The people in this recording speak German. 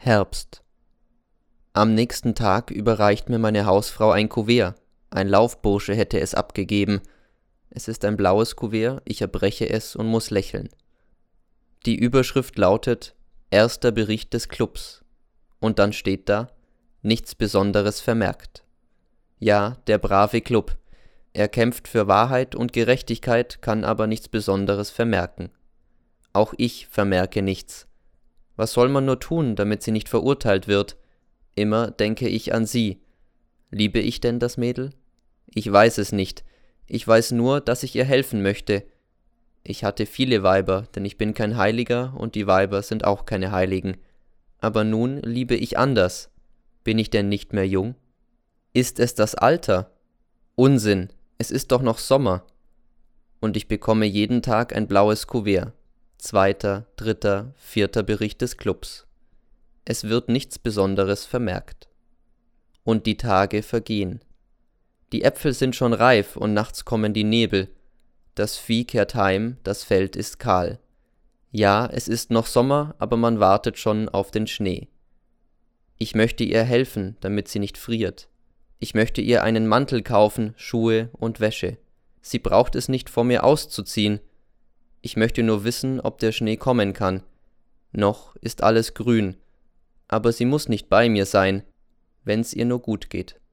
Herbst. Am nächsten Tag überreicht mir meine Hausfrau ein Kuvert. Ein Laufbursche hätte es abgegeben. Es ist ein blaues Kuvert, ich erbreche es und muss lächeln. Die Überschrift lautet: Erster Bericht des Clubs. Und dann steht da: Nichts Besonderes vermerkt. Ja, der brave Club. Er kämpft für Wahrheit und Gerechtigkeit, kann aber nichts Besonderes vermerken. Auch ich vermerke nichts. Was soll man nur tun, damit sie nicht verurteilt wird? Immer denke ich an sie. Liebe ich denn das Mädel? Ich weiß es nicht. Ich weiß nur, dass ich ihr helfen möchte. Ich hatte viele Weiber, denn ich bin kein Heiliger und die Weiber sind auch keine Heiligen. Aber nun liebe ich anders. Bin ich denn nicht mehr jung? Ist es das Alter? Unsinn, es ist doch noch Sommer. Und ich bekomme jeden Tag ein blaues Kuvert. 2., 3., 4. Bericht des Clubs. Es wird nichts Besonderes vermerkt. Und die Tage vergehen. Die Äpfel sind schon reif und nachts kommen die Nebel. Das Vieh kehrt heim, das Feld ist kahl. Ja, es ist noch Sommer, aber man wartet schon auf den Schnee. Ich möchte ihr helfen, damit sie nicht friert. Ich möchte ihr einen Mantel kaufen, Schuhe und Wäsche. Sie braucht es nicht vor mir auszuziehen. Ich möchte nur wissen, ob der Schnee kommen kann. Noch ist alles grün, aber sie muss nicht bei mir sein, wenn's ihr nur gut geht.